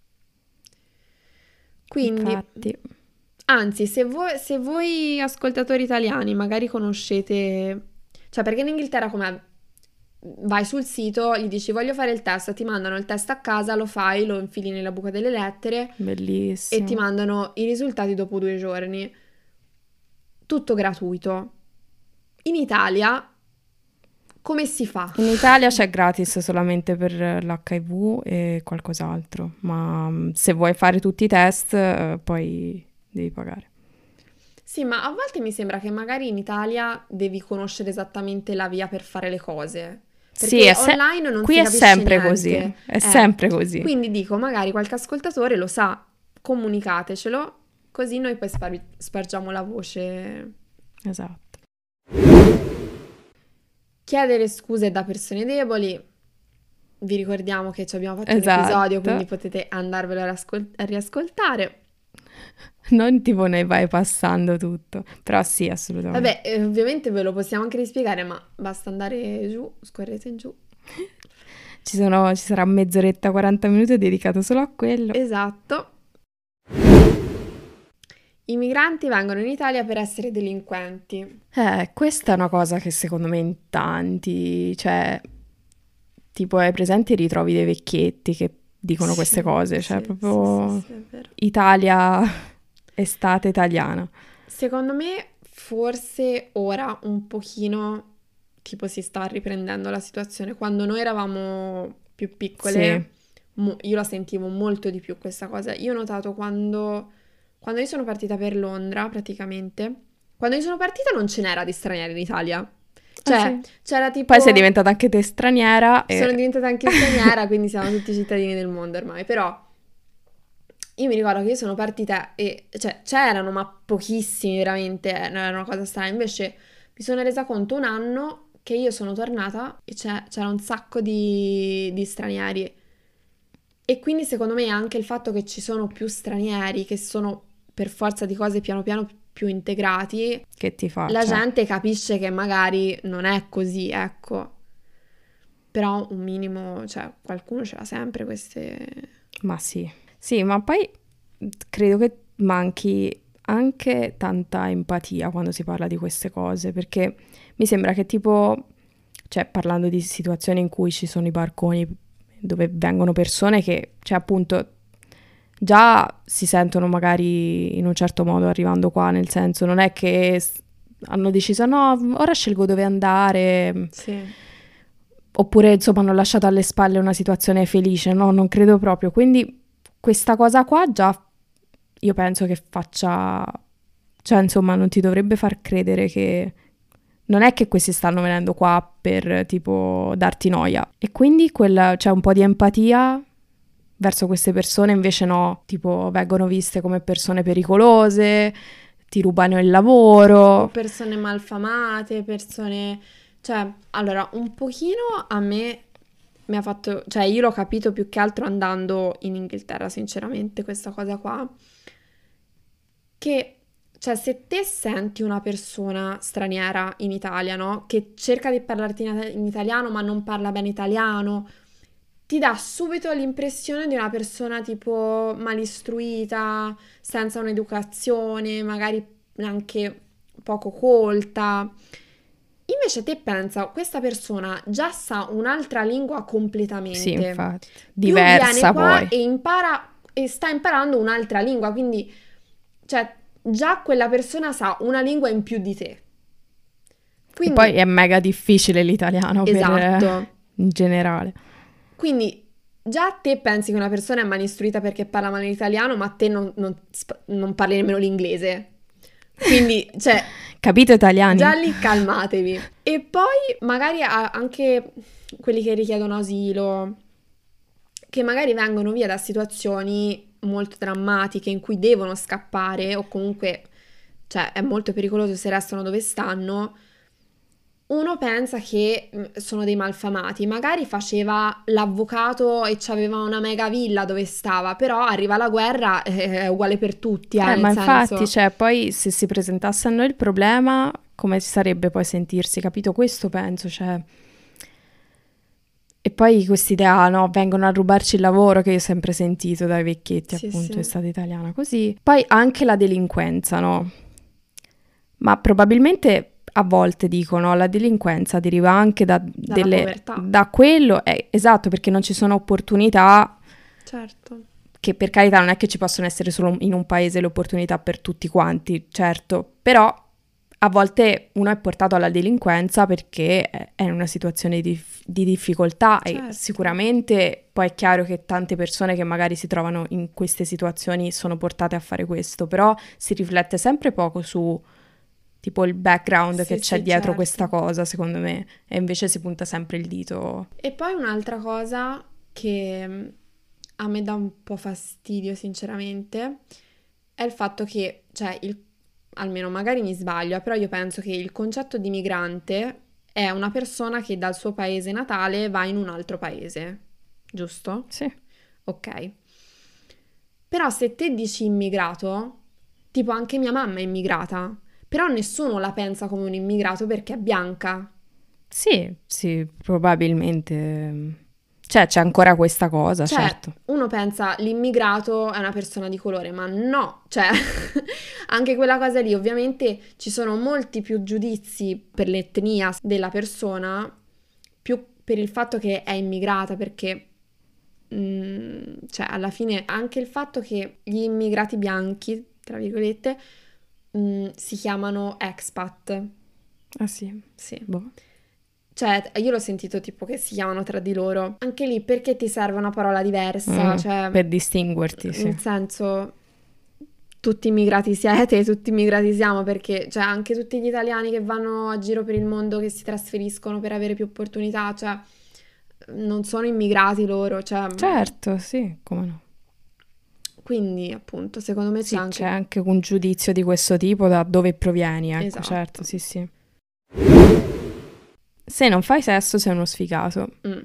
Speaker 2: Quindi,
Speaker 1: Infatti,
Speaker 2: anzi, se voi, se voi ascoltatori italiani magari conoscete, cioè perché in Inghilterra come vai sul sito, gli dici voglio fare il test, ti mandano il test a casa, lo fai, lo infili nella buca delle lettere e ti
Speaker 1: bellissimo.
Speaker 2: mandano i risultati dopo due giorni. Tutto gratuito. In Italia, come si fa?
Speaker 1: In Italia c'è gratis solamente per l'H I V e qualcos'altro, ma mm, se vuoi fare tutti i test, eh, poi devi pagare.
Speaker 2: Sì, ma a volte mi sembra che magari in Italia devi conoscere esattamente la via per fare le cose,
Speaker 1: Sì,
Speaker 2: perché
Speaker 1: è se-
Speaker 2: online non
Speaker 1: qui
Speaker 2: si
Speaker 1: è
Speaker 2: capisce
Speaker 1: sempre così,
Speaker 2: niente.
Speaker 1: è
Speaker 2: Eh,
Speaker 1: sempre così.
Speaker 2: quindi dico, magari qualche ascoltatore lo sa, comunicatecelo, così noi poi spar- spargiamo la voce.
Speaker 1: Esatto.
Speaker 2: Chiedere scuse da persone deboli. Vi ricordiamo che ci abbiamo fatto un
Speaker 1: Esatto.
Speaker 2: episodio, quindi potete andarvelo a rascol- a riascoltare.
Speaker 1: Non tipo ne vai passando tutto, però sì, assolutamente.
Speaker 2: Vabbè, eh, ovviamente ve lo possiamo anche rispiegare, ma basta andare giù, scorrete in giù.
Speaker 1: Ci sono, ci sarà mezz'oretta, quaranta minuti dedicato solo a quello.
Speaker 2: Esatto. I migranti vengono in Italia per essere delinquenti.
Speaker 1: Eh, questa è una cosa che secondo me in tanti, cioè, tipo hai presente ritrovi dei vecchietti che dicono
Speaker 2: Sì,
Speaker 1: queste cose, cioè
Speaker 2: sì,
Speaker 1: proprio
Speaker 2: sì, sì, sì, è vero.
Speaker 1: Italia, estate italiana.
Speaker 2: Secondo me, forse ora un pochino, tipo, si sta riprendendo la situazione. Quando noi eravamo più
Speaker 1: Sì,
Speaker 2: piccole, mo- io la sentivo molto di più questa cosa. Io ho notato quando, quando io sono partita per Londra, praticamente, quando io sono partita non ce n'era di stranieri in Italia.
Speaker 1: ah
Speaker 2: Cioè,
Speaker 1: sì.
Speaker 2: c'era tipo...
Speaker 1: Poi sei diventata anche te straniera
Speaker 2: Sono
Speaker 1: e...
Speaker 2: diventata anche straniera, quindi siamo tutti cittadini del mondo ormai, però io mi ricordo che io sono partita e, cioè, c'erano, ma pochissimi veramente, eh, non era una cosa strana. Invece mi sono resa conto un anno che io sono tornata e c'è- c'era un sacco di, di stranieri. E quindi secondo me anche il fatto che ci sono più stranieri, che sono per forza di cose piano piano più integrati,
Speaker 1: Che ti
Speaker 2: la
Speaker 1: faccia?
Speaker 2: gente capisce che magari non è così, ecco. Però un minimo, cioè qualcuno ce l'ha sempre queste...
Speaker 1: Ma sì. Sì, ma poi credo che manchi anche tanta empatia quando si parla di queste cose, perché mi sembra che tipo, cioè parlando di situazioni in cui ci sono i barconi dove vengono persone che, cioè appunto, già si sentono magari in un certo modo arrivando qua, nel senso non è che s- hanno deciso no, ora scelgo dove andare,
Speaker 2: Sì.
Speaker 1: oppure insomma hanno lasciato alle spalle una situazione felice, no, non credo proprio. Quindi questa cosa qua già io penso che faccia, cioè insomma non ti dovrebbe far credere che non è che questi stanno venendo qua per tipo darti noia. E quindi quella, c'è un po' di empatia verso queste persone, invece no, tipo vengono viste come persone pericolose, ti rubano il
Speaker 2: O
Speaker 1: lavoro.
Speaker 2: persone malfamate, persone... Cioè, allora, un pochino a me mi ha fatto... Cioè, io l'ho capito più che altro andando in Inghilterra, sinceramente, questa cosa qua. Che, cioè, se te senti una persona straniera in Italia, no? Che cerca di parlarti in, in italiano ma non parla bene italiano, ti dà subito l'impressione di una persona tipo malistruita, senza un'educazione, magari anche poco colta. Invece te pensa, questa persona già sa un'altra lingua
Speaker 1: Sì,
Speaker 2: completamente,
Speaker 1: infatti,
Speaker 2: più viene
Speaker 1: diversa
Speaker 2: qua
Speaker 1: poi.
Speaker 2: e impara e sta imparando un'altra lingua, quindi cioè già quella persona sa una lingua in più di te.
Speaker 1: E poi
Speaker 2: Quindi,
Speaker 1: è mega difficile l'italiano per
Speaker 2: esatto.
Speaker 1: eh, in generale.
Speaker 2: Quindi già te pensi che una persona è malistruita perché parla male l'italiano, ma te non, non sp- non parli nemmeno l'inglese. Quindi, cioè,
Speaker 1: Capito
Speaker 2: già
Speaker 1: italiani?
Speaker 2: lì calmatevi. E poi magari a- anche quelli che richiedono asilo, che magari vengono via da situazioni molto drammatiche in cui devono scappare o comunque, cioè, è molto pericoloso se restano dove stanno. Uno pensa che mh, sono dei malfamati, magari faceva l'avvocato e c'aveva una mega villa dove stava, però arriva la guerra, eh, è uguale per tutti, eh,
Speaker 1: Eh, ma
Speaker 2: nel
Speaker 1: infatti,
Speaker 2: senso...
Speaker 1: cioè, poi se si presentasse a noi il problema, come sarebbe poi sentirsi, capito? Questo penso, cioè... E poi quest'idea, no, vengono a rubarci il lavoro che io ho sempre sentito dai vecchietti,
Speaker 2: Sì,
Speaker 1: appunto,
Speaker 2: sì,
Speaker 1: estate italiana, così. Poi anche la delinquenza, no? Ma probabilmente a volte dicono la delinquenza deriva anche da,
Speaker 2: dalla
Speaker 1: delle,
Speaker 2: povertà,
Speaker 1: da quello, eh, esatto, perché non ci sono opportunità,
Speaker 2: certo.
Speaker 1: che per carità non è che ci possono essere solo in un paese le opportunità per tutti quanti, certo, però a volte uno è portato alla delinquenza perché è è in una situazione di, di difficoltà e
Speaker 2: Certo.
Speaker 1: sicuramente poi è chiaro che tante persone che magari si trovano in queste situazioni sono portate a fare questo, però si riflette sempre poco su tipo il background che
Speaker 2: Sì,
Speaker 1: c'è
Speaker 2: sì,
Speaker 1: dietro
Speaker 2: certo.
Speaker 1: questa cosa, secondo me, e invece si punta sempre il dito.
Speaker 2: E poi un'altra cosa che mh, a me dà un po' fastidio, sinceramente, è il fatto che, cioè, il, almeno magari mi sbaglio, però io penso che il concetto di migrante è una persona che dal suo paese natale va in un altro paese, giusto?
Speaker 1: Sì.
Speaker 2: Ok. Però se te dici immigrato, tipo anche mia mamma è immigrata, però nessuno la pensa come un immigrato perché è bianca.
Speaker 1: Sì, sì, probabilmente. Cioè, c'è ancora questa cosa,
Speaker 2: Cioè,
Speaker 1: certo.
Speaker 2: uno pensa l'immigrato è una persona di colore, ma no, cioè, anche quella cosa lì, ovviamente ci sono molti più giudizi per l'etnia della persona, più per il fatto che è immigrata, perché, mm, cioè, alla fine anche il fatto che gli immigrati bianchi, tra virgolette, mm, si chiamano expat,
Speaker 1: Ah sì,
Speaker 2: sì.
Speaker 1: boh.
Speaker 2: Cioè, io l'ho sentito tipo che si chiamano tra di loro. Anche lì, perché ti serve una parola diversa?
Speaker 1: Mm,
Speaker 2: Cioè,
Speaker 1: per distinguerti, sì.
Speaker 2: nel senso, tutti immigrati siete, tutti immigrati siamo, perché, cioè, anche tutti gli italiani che vanno a giro per il mondo, che si trasferiscono per avere più opportunità, cioè, non sono immigrati loro, cioè...
Speaker 1: Certo, sì, come no.
Speaker 2: quindi appunto secondo me c'è
Speaker 1: Sì,
Speaker 2: anche...
Speaker 1: c'è anche un giudizio di questo tipo da dove provieni, ecco,
Speaker 2: Esatto.
Speaker 1: certo, sì, sì. Se non fai sesso sei uno sfigato.
Speaker 2: Mm.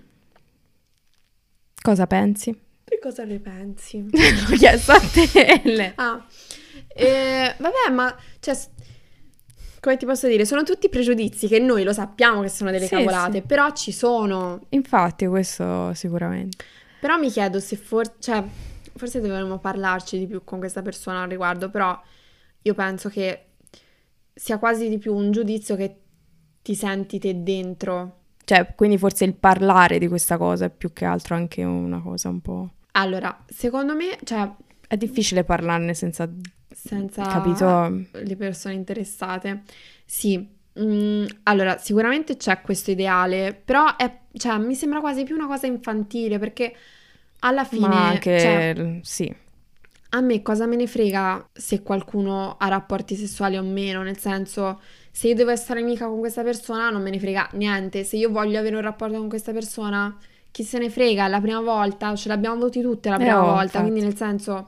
Speaker 1: Cosa pensi?
Speaker 2: Che cosa ne pensi?
Speaker 1: L'ho chiesto a te.
Speaker 2: Ah, eh, vabbè, ma cioè, s- come ti posso dire, sono tutti pregiudizi che noi lo sappiamo che sono delle
Speaker 1: Sì,
Speaker 2: cavolate,
Speaker 1: sì.
Speaker 2: però ci sono.
Speaker 1: Infatti, questo sicuramente.
Speaker 2: Però mi chiedo se forse, cioè, forse dovremmo parlarci di più con questa persona al riguardo, però io penso che sia quasi di più un giudizio che ti senti te dentro.
Speaker 1: Cioè, quindi forse il parlare di questa cosa è più che altro anche una cosa un po'...
Speaker 2: Allora, secondo me, cioè,
Speaker 1: È difficile parlarne senza...
Speaker 2: senza
Speaker 1: Capito?
Speaker 2: le persone interessate. Sì, mm, allora sicuramente c'è questo ideale, però è, cioè, mi sembra quasi più una cosa infantile perché alla fine,
Speaker 1: Ma anche...
Speaker 2: cioè,
Speaker 1: Sì.
Speaker 2: a me cosa me ne frega se qualcuno ha rapporti sessuali o meno, nel senso, se io devo essere amica con questa persona non me ne frega niente, se io voglio avere un rapporto con questa persona, chi se ne frega, è la prima volta, ce l'abbiamo avuti tutte la
Speaker 1: Eh,
Speaker 2: prima
Speaker 1: oh,
Speaker 2: volta, quindi
Speaker 1: infatti.
Speaker 2: nel senso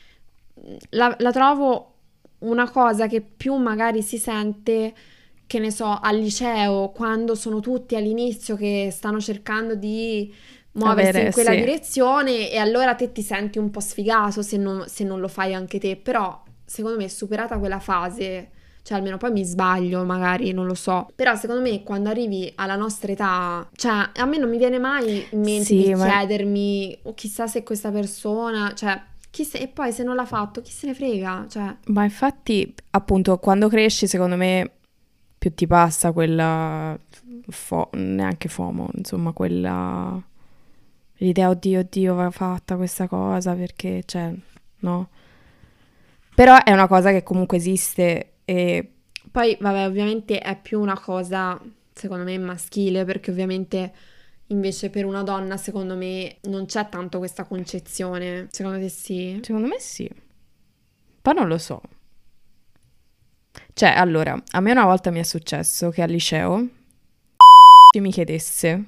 Speaker 2: la, la trovo una cosa che più magari si sente, che ne so, al liceo, quando sono tutti all'inizio che stanno cercando di muoversi in
Speaker 1: Avere,
Speaker 2: quella
Speaker 1: sì.
Speaker 2: direzione e allora te ti senti un po' sfigato se non, se non lo fai anche te, però secondo me superata quella fase, cioè almeno poi mi sbaglio magari, non lo so, però secondo me quando arrivi alla nostra età, cioè a me non mi viene mai in mente
Speaker 1: Sì,
Speaker 2: di
Speaker 1: ma...
Speaker 2: chiedermi, oh, chissà se questa persona, cioè, chi se- e poi se non l'ha fatto, chi se ne frega, cioè,
Speaker 1: Ma infatti, appunto, quando cresci, secondo me, più ti passa quella... fo- neanche FOMO, insomma, quella... L'idea, oddio, oddio, va fatta questa cosa, perché, cioè, no? Però è una cosa che comunque esiste e...
Speaker 2: poi vabbè ovviamente è più una cosa secondo me maschile perché ovviamente invece per una donna secondo me non c'è tanto questa concezione, secondo te sì?
Speaker 1: Secondo me sì. Poi non lo so. Cioè, allora, a me una volta mi è successo che al liceo mi chiedesse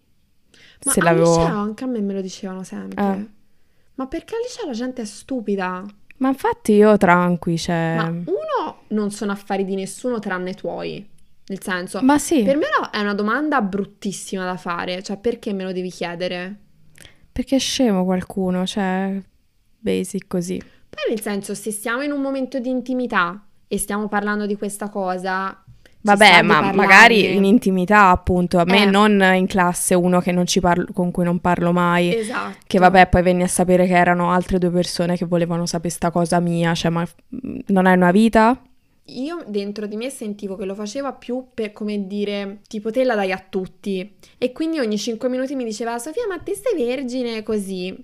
Speaker 2: Ma
Speaker 1: se
Speaker 2: al liceo
Speaker 1: l'avevo...
Speaker 2: anche a me me lo dicevano
Speaker 1: Eh,
Speaker 2: sempre, ma perché al liceo la gente è stupida?
Speaker 1: ma infatti io tranqui, cioè...
Speaker 2: Ma uno, non sono affari di nessuno tranne tuoi. Nel senso,
Speaker 1: Ma sì,
Speaker 2: per me no, è una domanda bruttissima da fare. Cioè, perché me lo devi chiedere?
Speaker 1: perché è scemo qualcuno, cioè... Basic così.
Speaker 2: Poi nel senso, se siamo in un momento di intimità e stiamo parlando di questa cosa, ci sta
Speaker 1: Vabbè,
Speaker 2: di
Speaker 1: ma magari in
Speaker 2: parlarne.
Speaker 1: intimità, appunto, a me
Speaker 2: Eh,
Speaker 1: non in classe uno che non ci parlo, con cui non parlo mai, che
Speaker 2: esatto.
Speaker 1: vabbè, poi venni a sapere che erano altre due persone che volevano sapere sta cosa mia, cioè, ma mm, non hai una vita?
Speaker 2: Io dentro di me sentivo che lo faceva più per, come dire, tipo te la dai a tutti. E quindi ogni cinque minuti mi diceva, Sofia, ma te sei vergine? Così.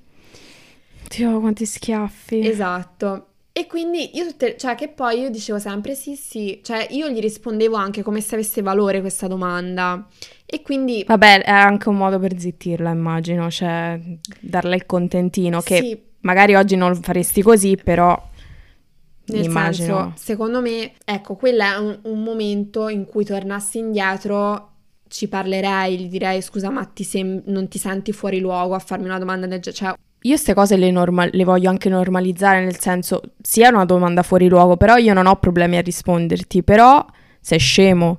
Speaker 1: Dio, quanti schiaffi.
Speaker 2: Esatto. E quindi io tutte, cioè che poi io dicevo sempre sì, sì, cioè io gli rispondevo anche come se avesse valore questa domanda. E quindi
Speaker 1: Vabbè, era anche un modo per zittirla, immagino, cioè, darle il contentino, che
Speaker 2: sì,
Speaker 1: magari oggi non faresti così, però
Speaker 2: nel senso,
Speaker 1: immagino...
Speaker 2: secondo me, ecco, quello è un, un momento in cui tornassi indietro, ci parlerei, gli direi scusa, ma ti sem- non ti senti fuori luogo a farmi una domanda del genere? Cioè,
Speaker 1: Io queste cose le, norma- le voglio anche normalizzare, nel senso, sia una domanda fuori luogo, però io non ho problemi a risponderti, però sei scemo.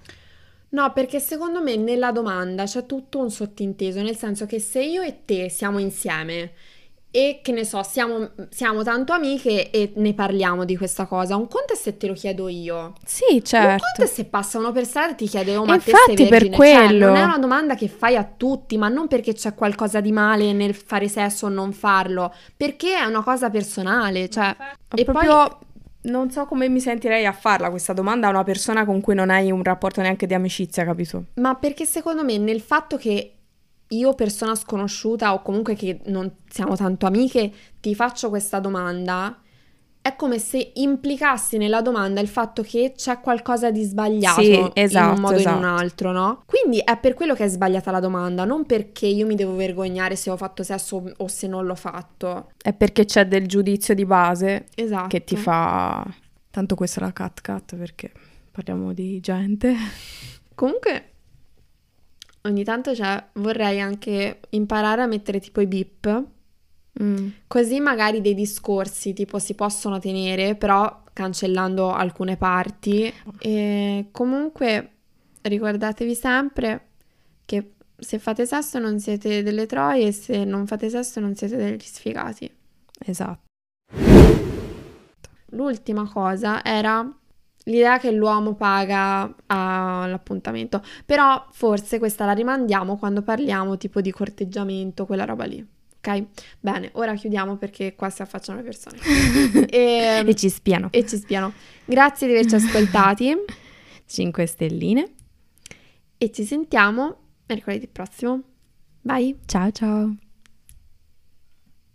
Speaker 2: no, perché secondo me nella domanda c'è tutto un sottinteso, nel senso che se io e te siamo insieme e che ne so, siamo, siamo tanto amiche e ne parliamo di questa cosa, un conto è se te lo chiedo io.
Speaker 1: Sì,
Speaker 2: Un conto è
Speaker 1: certo.
Speaker 2: se passa uno per strada e ti chiede, oh,
Speaker 1: E
Speaker 2: ma te sei
Speaker 1: infatti per
Speaker 2: vergine? Cioè, non è
Speaker 1: quello...
Speaker 2: una domanda che fai a tutti, ma non perché c'è qualcosa di male nel fare sesso o non farlo, perché è una cosa personale, cioè... E poi,
Speaker 1: Proprio non so come mi sentirei a farla questa domanda a una persona con cui non hai un rapporto neanche di amicizia, capito?
Speaker 2: ma perché secondo me nel fatto che io, persona sconosciuta o comunque che non siamo tanto amiche, ti faccio questa domanda, è come se implicassi nella domanda il fatto che c'è qualcosa di
Speaker 1: Sì,
Speaker 2: sbagliato in un
Speaker 1: esatto,
Speaker 2: modo o in un
Speaker 1: esatto.
Speaker 2: altro, no? Quindi è per quello che è sbagliata la domanda, non perché io mi devo vergognare se ho fatto sesso o se non l'ho fatto.
Speaker 1: È perché c'è del giudizio di base che ti
Speaker 2: Esatto.
Speaker 1: fa... Tanto questa è la cat cat perché parliamo di gente.
Speaker 2: Comunque, ogni tanto cioè, vorrei anche imparare a mettere tipo i beep
Speaker 1: Mm.
Speaker 2: Così magari dei discorsi tipo si possono tenere, però cancellando alcune parti. E comunque ricordatevi sempre che se fate sesso non siete delle troie e se non fate sesso non siete degli sfigati.
Speaker 1: Esatto.
Speaker 2: L'ultima cosa era l'idea che l'uomo paga all'appuntamento, però forse questa la rimandiamo quando parliamo tipo di corteggiamento, quella roba lì. Ok? Bene, ora chiudiamo perché qua si affacciano le persone. e,
Speaker 1: E ci spiano.
Speaker 2: E ci spiano. Grazie di averci ascoltati.
Speaker 1: cinque stelline.
Speaker 2: E ci sentiamo mercoledì prossimo. Bye.
Speaker 1: Ciao ciao.